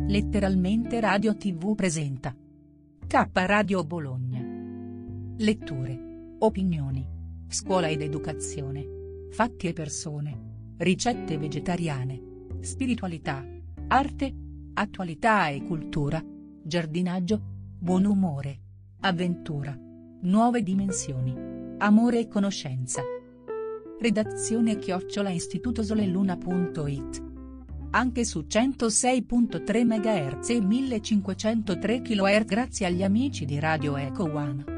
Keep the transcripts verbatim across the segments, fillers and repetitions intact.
Letteralmente Radio tivù presenta K Radio Bologna. Letture, opinioni, scuola ed educazione, fatti e persone, ricette vegetariane, spiritualità, arte, attualità e cultura, giardinaggio, buon umore, avventura, nuove dimensioni, amore e conoscenza. Redazione chiocciola istitutosoleluna punto it. Anche su centosei virgola tre megahertz e millecinquecentotre chilohertz grazie agli amici di Radio Eco One.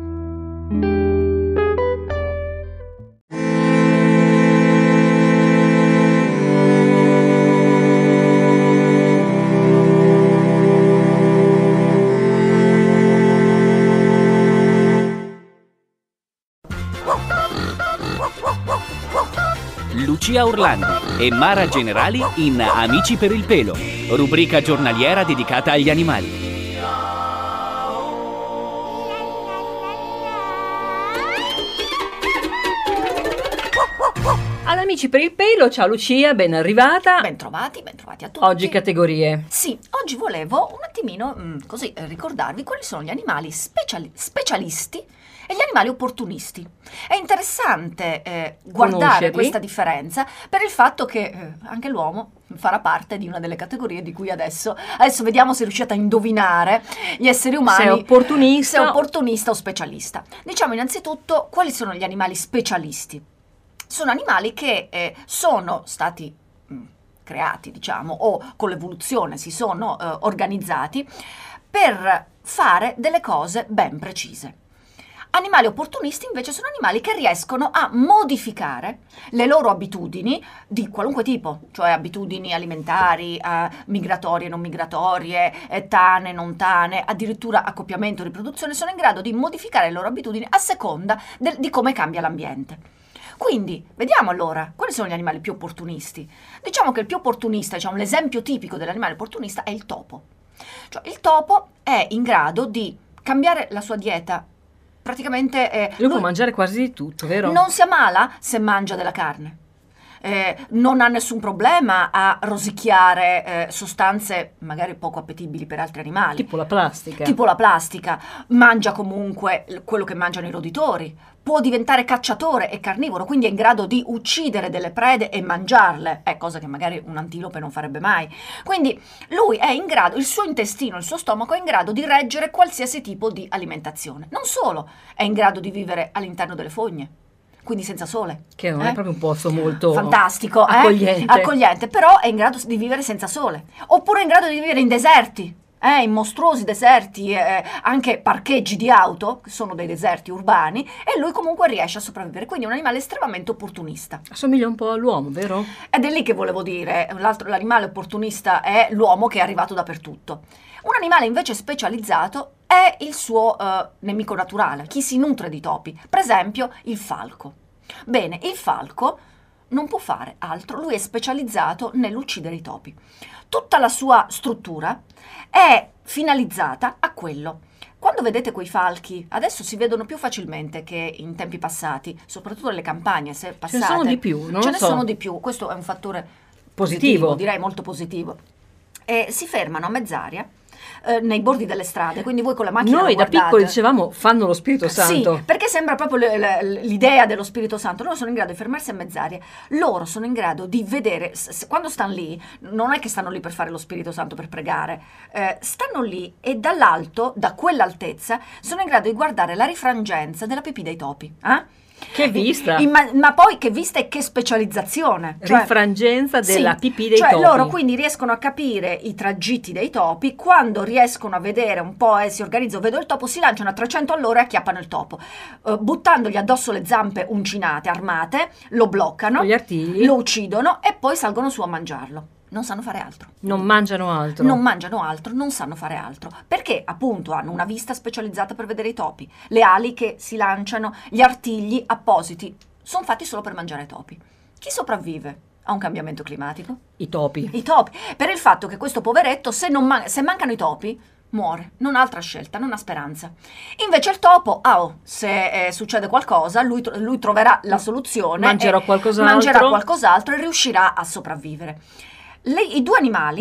Lucia Orlandi e Mara Generali in Amici per il pelo, rubrica giornaliera dedicata agli animali. Ad Amici per il pelo, ciao Lucia, ben arrivata. Ben trovati, ben trovati a tutti. Oggi categorie. Sì, oggi volevo un attimino mh, così eh, ricordarvi quali sono gli animali speciali- specialisti e gli animali opportunisti. È interessante eh, guardare Conoscerli. questa differenza per il fatto che eh, anche l'uomo farà parte di una delle categorie di cui adesso adesso vediamo se riuscite a indovinare gli esseri umani. Se è opportunista. Se è opportunista o specialista. Diciamo innanzitutto quali sono gli animali specialisti. Sono animali che eh, sono stati mh, creati, diciamo, o con l'evoluzione si sono eh, organizzati per fare delle cose ben precise. Animali opportunisti invece sono animali che riescono a modificare le loro abitudini di qualunque tipo, cioè abitudini alimentari, eh, migratorie, non migratorie, eh, tane, non tane, addirittura accoppiamento, riproduzione, sono in grado di modificare le loro abitudini a seconda del, di come cambia l'ambiente. Quindi, vediamo allora, quali sono gli animali più opportunisti? Diciamo che il più opportunista, diciamo l'esempio tipico dell'animale opportunista è il topo. Cioè il topo è in grado di cambiare la sua dieta. Praticamente eh, Lui, lui può mangiare quasi di tutto, vero? Non si ammala se mangia della carne. Eh, non ha nessun problema a rosicchiare eh, sostanze magari poco appetibili per altri animali. Tipo la plastica. Tipo la plastica. Mangia comunque quello che mangiano i roditori. Può diventare cacciatore e carnivoro, quindi è in grado di uccidere delle prede e mangiarle, è cosa che magari un antilope non farebbe mai. Quindi lui è in grado, il suo intestino, il suo stomaco è in grado di reggere qualsiasi tipo di alimentazione. Non solo, è in grado di vivere all'interno delle fogne, quindi senza sole. Che non eh? è proprio un posto molto fantastico, eh? accogliente. accogliente, però è in grado di vivere senza sole. Oppure è in grado di vivere in deserti. Eh, in mostruosi deserti, eh, anche parcheggi di auto, che sono dei deserti urbani, e lui comunque riesce a sopravvivere. Quindi è un animale estremamente opportunista. Assomiglia un po' all'uomo, vero? Ed è lì che volevo dire, l'altro, l'animale opportunista è l'uomo che è arrivato dappertutto. Un animale invece specializzato è il suo eh, nemico naturale, chi si nutre di topi. Per esempio il falco. Bene, il falco non può fare altro, lui è specializzato nell'uccidere i topi. Tutta la sua struttura è finalizzata a quello. Quando vedete quei falchi, adesso si vedono più facilmente che in tempi passati, soprattutto nelle campagne, se passate. Ce ne sono di più, non Ce lo ne so. sono di più, questo è un fattore Positivo. positivo, direi molto positivo. E si fermano a mezz'aria eh, nei bordi delle strade, quindi voi con la macchina Noi lo da guardate. piccoli dicevamo fanno lo Spirito Santo. Sì, perché sembra proprio le- le- l'idea dello Spirito Santo. Loro sono in grado di fermarsi a mezz'aria, loro sono in grado di vedere, s- s- quando stanno lì, non è che stanno lì per fare lo Spirito Santo, per pregare, eh, stanno lì e dall'alto, da quell'altezza, sono in grado di guardare la rifrangenza della pipì dei topi. Eh? Che vista! In- ma, ma poi che vista e che specializzazione! Cioè- Rifrangenza della sì, pipì dei cioè topi. loro quindi riescono a capire i tragitti dei topi, quando riescono a vedere un po' e si organizzano, vedo il topo, si lanciano a trecento all'ora e acchiappano il topo, eh, buttandogli addosso le zampe uncinate, armate, lo bloccano, Con gli artigli. lo uccidono e poi salgono su a mangiarlo. Non sanno fare altro. Non mangiano altro. Non mangiano altro, non sanno fare altro, perché appunto hanno una vista specializzata per vedere i topi, le ali che si lanciano, gli artigli appositi, sono fatti solo per mangiare topi. Chi sopravvive a un cambiamento climatico? I topi. I topi, per il fatto che questo poveretto, se, non man- se mancano i topi, muore, non ha altra scelta, non ha speranza. Invece il topo, ah, oh, se eh, succede qualcosa, lui, tro- lui troverà la soluzione, Mangerò e qualcos'altro. mangerà qualcos'altro e riuscirà a sopravvivere. Le- I due animali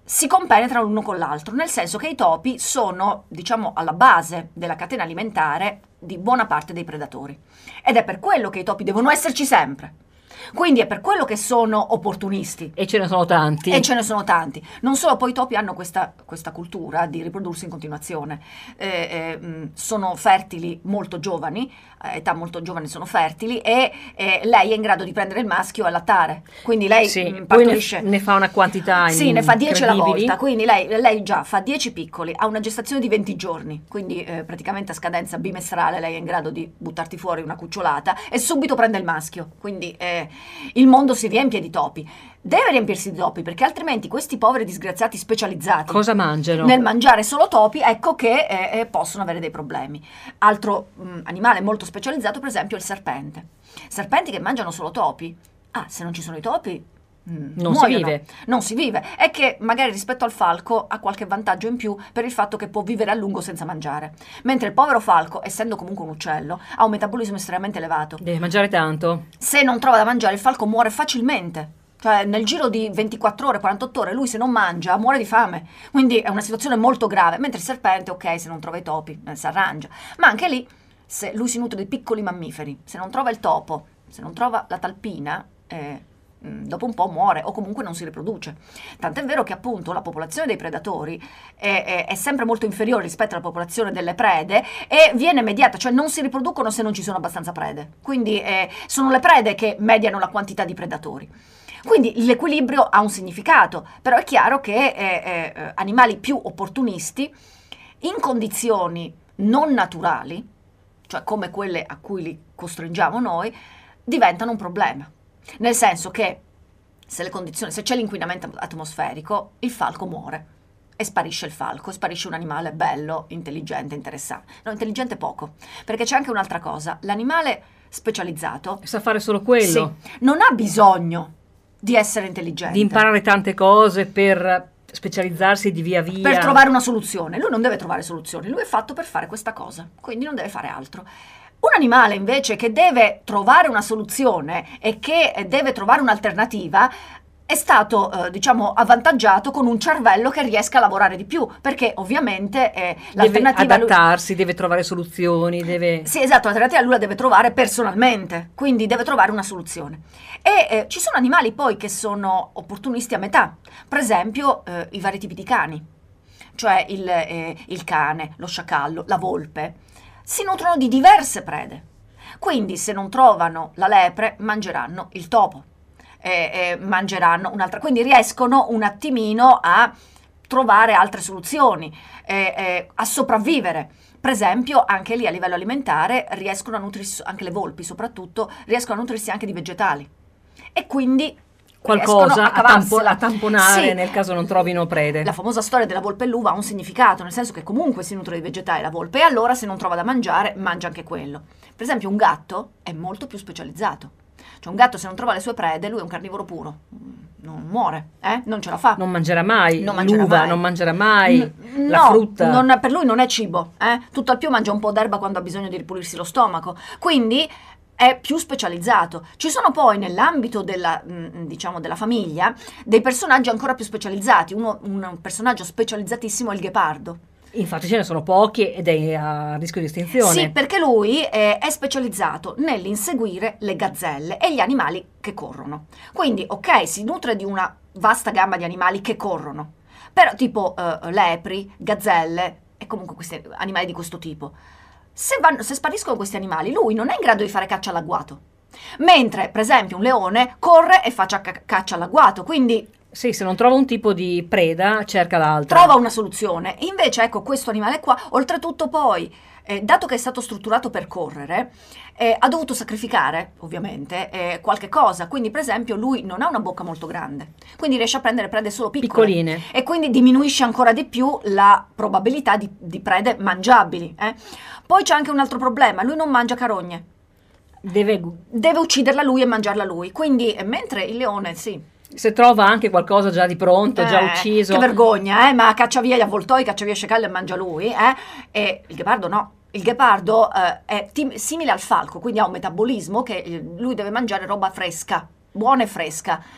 si compenetrano l'uno con l'altro, nel senso che i topi sono, diciamo, alla base della catena alimentare di buona parte dei predatori. Ed è per quello che i topi devono esserci sempre. Quindi è per quello che sono opportunisti. E ce ne sono tanti. E ce ne sono tanti. Non solo, poi i topi hanno questa, questa cultura di riprodursi in continuazione. Eh, eh, mh, sono fertili molto giovani, a età molto giovani sono fertili, e eh, lei è in grado di prendere il maschio e allattare. Quindi lei sì, mh, poi partorisce. Ne, ne fa una quantità Sì, ne fa dieci alla incredibili. volta. Quindi lei, lei già fa dieci piccoli, ha una gestazione di venti giorni. Quindi eh, praticamente a scadenza bimestrale lei è in grado di buttarti fuori una cucciolata e subito prende il maschio. Quindi eh, il mondo si riempie di topi. Deve riempirsi di topi, perché altrimenti questi poveri disgraziati specializzati Cosa mangiano? nel mangiare solo topi, ecco che eh, eh, possono avere dei problemi. Altro mh, animale molto specializzato, per esempio, è il serpente. Serpenti che mangiano solo topi. Ah, se non ci sono i topi, mh, Non si muoiono. vive. Non si vive. È che magari rispetto al falco ha qualche vantaggio in più per il fatto che può vivere a lungo senza mangiare. Mentre il povero falco, essendo comunque un uccello, ha un metabolismo estremamente elevato. Deve mangiare tanto. Se non trova da mangiare, il falco muore facilmente. Cioè, nel giro di ventiquattro ore, quarantotto ore, lui se non mangia muore di fame. Quindi è una situazione molto grave. Mentre il serpente, ok, se non trova i topi, eh, si arrangia. Ma anche lì, se lui si nutre di piccoli mammiferi, se non trova il topo, se non trova la talpina, eh, mh, dopo un po' muore o comunque non si riproduce. Tant'è vero che appunto la popolazione dei predatori è, è, è sempre molto inferiore rispetto alla popolazione delle prede e viene mediata, cioè non si riproducono se non ci sono abbastanza prede. Quindi eh, sono le prede che mediano la quantità di predatori. Quindi l'equilibrio ha un significato, però è chiaro che eh, eh, animali più opportunisti, in condizioni non naturali, cioè come quelle a cui li costringiamo noi, diventano un problema. Nel senso che se le condizioni, se c'è l'inquinamento atmosferico, il falco muore e sparisce il falco, sparisce un animale bello, intelligente, interessante. No, intelligente poco, perché c'è anche un'altra cosa. L'animale specializzato Sa fare solo quello. sì, non ha bisogno di essere intelligente, Di imparare tante cose per specializzarsi di via via. per trovare una soluzione. Lui non deve trovare soluzioni, lui è fatto per fare questa cosa, quindi non deve fare altro. Un animale invece che deve trovare una soluzione e che deve trovare un'alternativa è stato, eh, diciamo, avvantaggiato con un cervello che riesca a lavorare di più, perché ovviamente eh, Deve l'alternativa lui- adattarsi, deve trovare soluzioni, deve... Sì, esatto, l'alternativa lui la deve trovare personalmente, quindi deve trovare una soluzione. E eh, ci sono animali poi che sono opportunisti a metà, per esempio eh, i vari tipi di cani, cioè il, eh, il cane, lo sciacallo, la volpe, si nutrono di diverse prede. Quindi se non trovano la lepre, mangeranno il topo, eh, eh, mangeranno un'altra, quindi riescono un attimino a trovare altre soluzioni, eh, eh, a sopravvivere. Per esempio, anche lì a livello alimentare riescono a nutrirsi, anche le volpi soprattutto, riescono a nutrirsi anche di vegetali. E quindi Qualcosa riescono a, tampo- cavarsela. a tamponare Sì. nel caso non trovino prede. La famosa storia della volpe e l'uva ha un significato, nel senso che comunque si nutre di vegetali la volpe, e allora se non trova da mangiare, mangia anche quello. Per esempio un gatto è molto più specializzato. Cioè un gatto se non trova le sue prede, lui è un carnivoro puro. Non muore, eh? Non ce la fa. Non mangerà mai Non mangerà l'uva, mai. non mangerà mai N- la no, frutta. non- per lui non è cibo, eh? Tutto al più mangia un po' d'erba quando ha bisogno di ripulirsi lo stomaco. Quindi è più specializzato. Ci sono poi nell'ambito della, mh, diciamo, della famiglia dei personaggi ancora più specializzati. Uno, un personaggio specializzatissimo è il ghepardo. Infatti ce ne sono pochi ed è a rischio di estinzione. Sì, perché lui eh, è specializzato nell'inseguire le gazzelle e gli animali che corrono. Quindi, ok, si nutre di una vasta gamma di animali che corrono, però tipo eh, lepri, gazzelle e comunque questi animali di questo tipo. Se, vanno, se spariscono questi animali, lui non è in grado di fare caccia all'agguato. Mentre, per esempio, un leone corre e fa ca- caccia all'agguato, quindi Sì, se non trova un tipo di preda, cerca l'altra. trova una soluzione. Invece, ecco, questo animale qua, oltretutto poi, eh, dato che è stato strutturato per correre, eh, ha dovuto sacrificare, ovviamente, eh, qualche cosa. Quindi, per esempio, lui non ha una bocca molto grande, quindi riesce a prendere prede solo piccole. Piccoline. E quindi diminuisce ancora di più la probabilità di, di prede mangiabili. eh. Poi c'è anche un altro problema, lui non mangia carogne. Deve, Deve ucciderla lui e mangiarla lui. Quindi, eh, mentre il leone, sì, se trova anche qualcosa già di pronto, già Eh, ucciso. Che vergogna, eh? Ma caccia via gli avvoltoi, caccia via i sciacalli e mangia lui, eh? E il ghepardo no. Il ghepardo eh, è tim- simile al falco, quindi ha un metabolismo che eh, lui deve mangiare roba fresca, buona e fresca.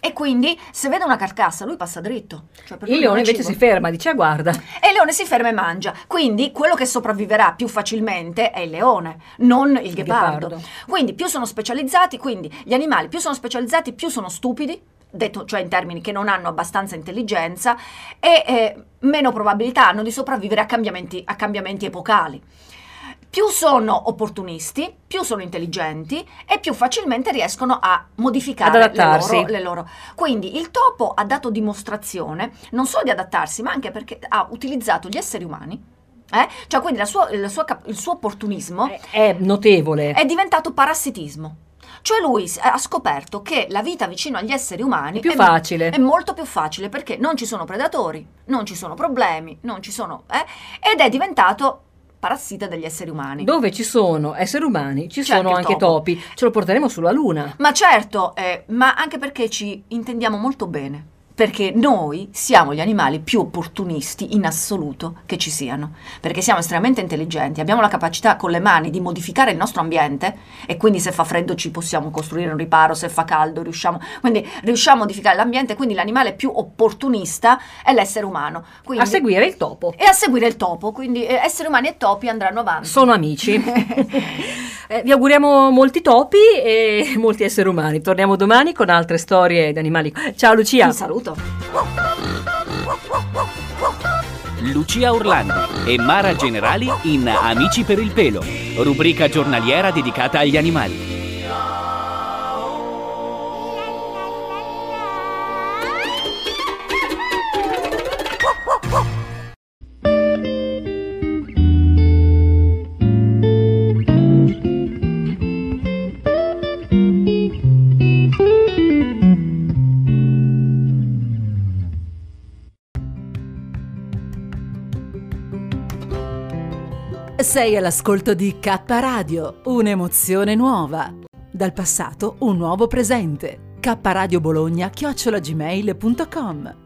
E quindi se vede una carcassa lui passa dritto. Cioè, per lui Il non leone è invece cibo. si ferma, dice: "Ah, guarda". E il leone si ferma e mangia. Quindi quello che sopravviverà più facilmente è il leone, non il ghepardo. ghepardo. Quindi più sono specializzati, quindi gli animali più sono specializzati, più sono stupidi, detto cioè in termini che non hanno abbastanza intelligenza, e eh, meno probabilità hanno di sopravvivere a cambiamenti, a cambiamenti epocali. Più sono opportunisti, più sono intelligenti e più facilmente riescono a modificare Ad le adattarsi. loro, le loro. Quindi il topo ha dato dimostrazione non solo di adattarsi, ma anche perché ha utilizzato gli esseri umani. Eh? Cioè, quindi la sua- la sua cap- il suo opportunismo È, è notevole. è diventato parassitismo. Cioè lui s- ha scoperto che la vita vicino agli esseri umani È più facile. è molto più facile perché non ci sono predatori, non ci sono problemi, non ci sono, eh? Ed è diventato parassita degli esseri umani. Dove ci sono esseri umani, ci C'è sono anche il anche topo. topi. Ce lo porteremo sulla Luna. Ma certo, eh, ma anche perché ci intendiamo molto bene. Perché noi siamo gli animali più opportunisti in assoluto che ci siano, perché siamo estremamente intelligenti, abbiamo la capacità con le mani di modificare il nostro ambiente e quindi se fa freddo ci possiamo costruire un riparo, se fa caldo riusciamo, quindi riusciamo a modificare l'ambiente, quindi l'animale più opportunista è l'essere umano. Quindi, A seguire il topo. e a seguire il topo, quindi eh, esseri umani e topi andranno avanti. Sono amici. Eh, vi auguriamo molti topi e molti esseri umani. Torniamo domani con altre storie di animali. Ciao Lucia. Un saluto. Lucia Orlandi e Mara Generali in Amici per il pelo, rubrica giornaliera dedicata agli animali. Sei all'ascolto di K Radio, un'emozione nuova. Dal passato un nuovo presente. K Radio Bologna chiocciola gmail punto com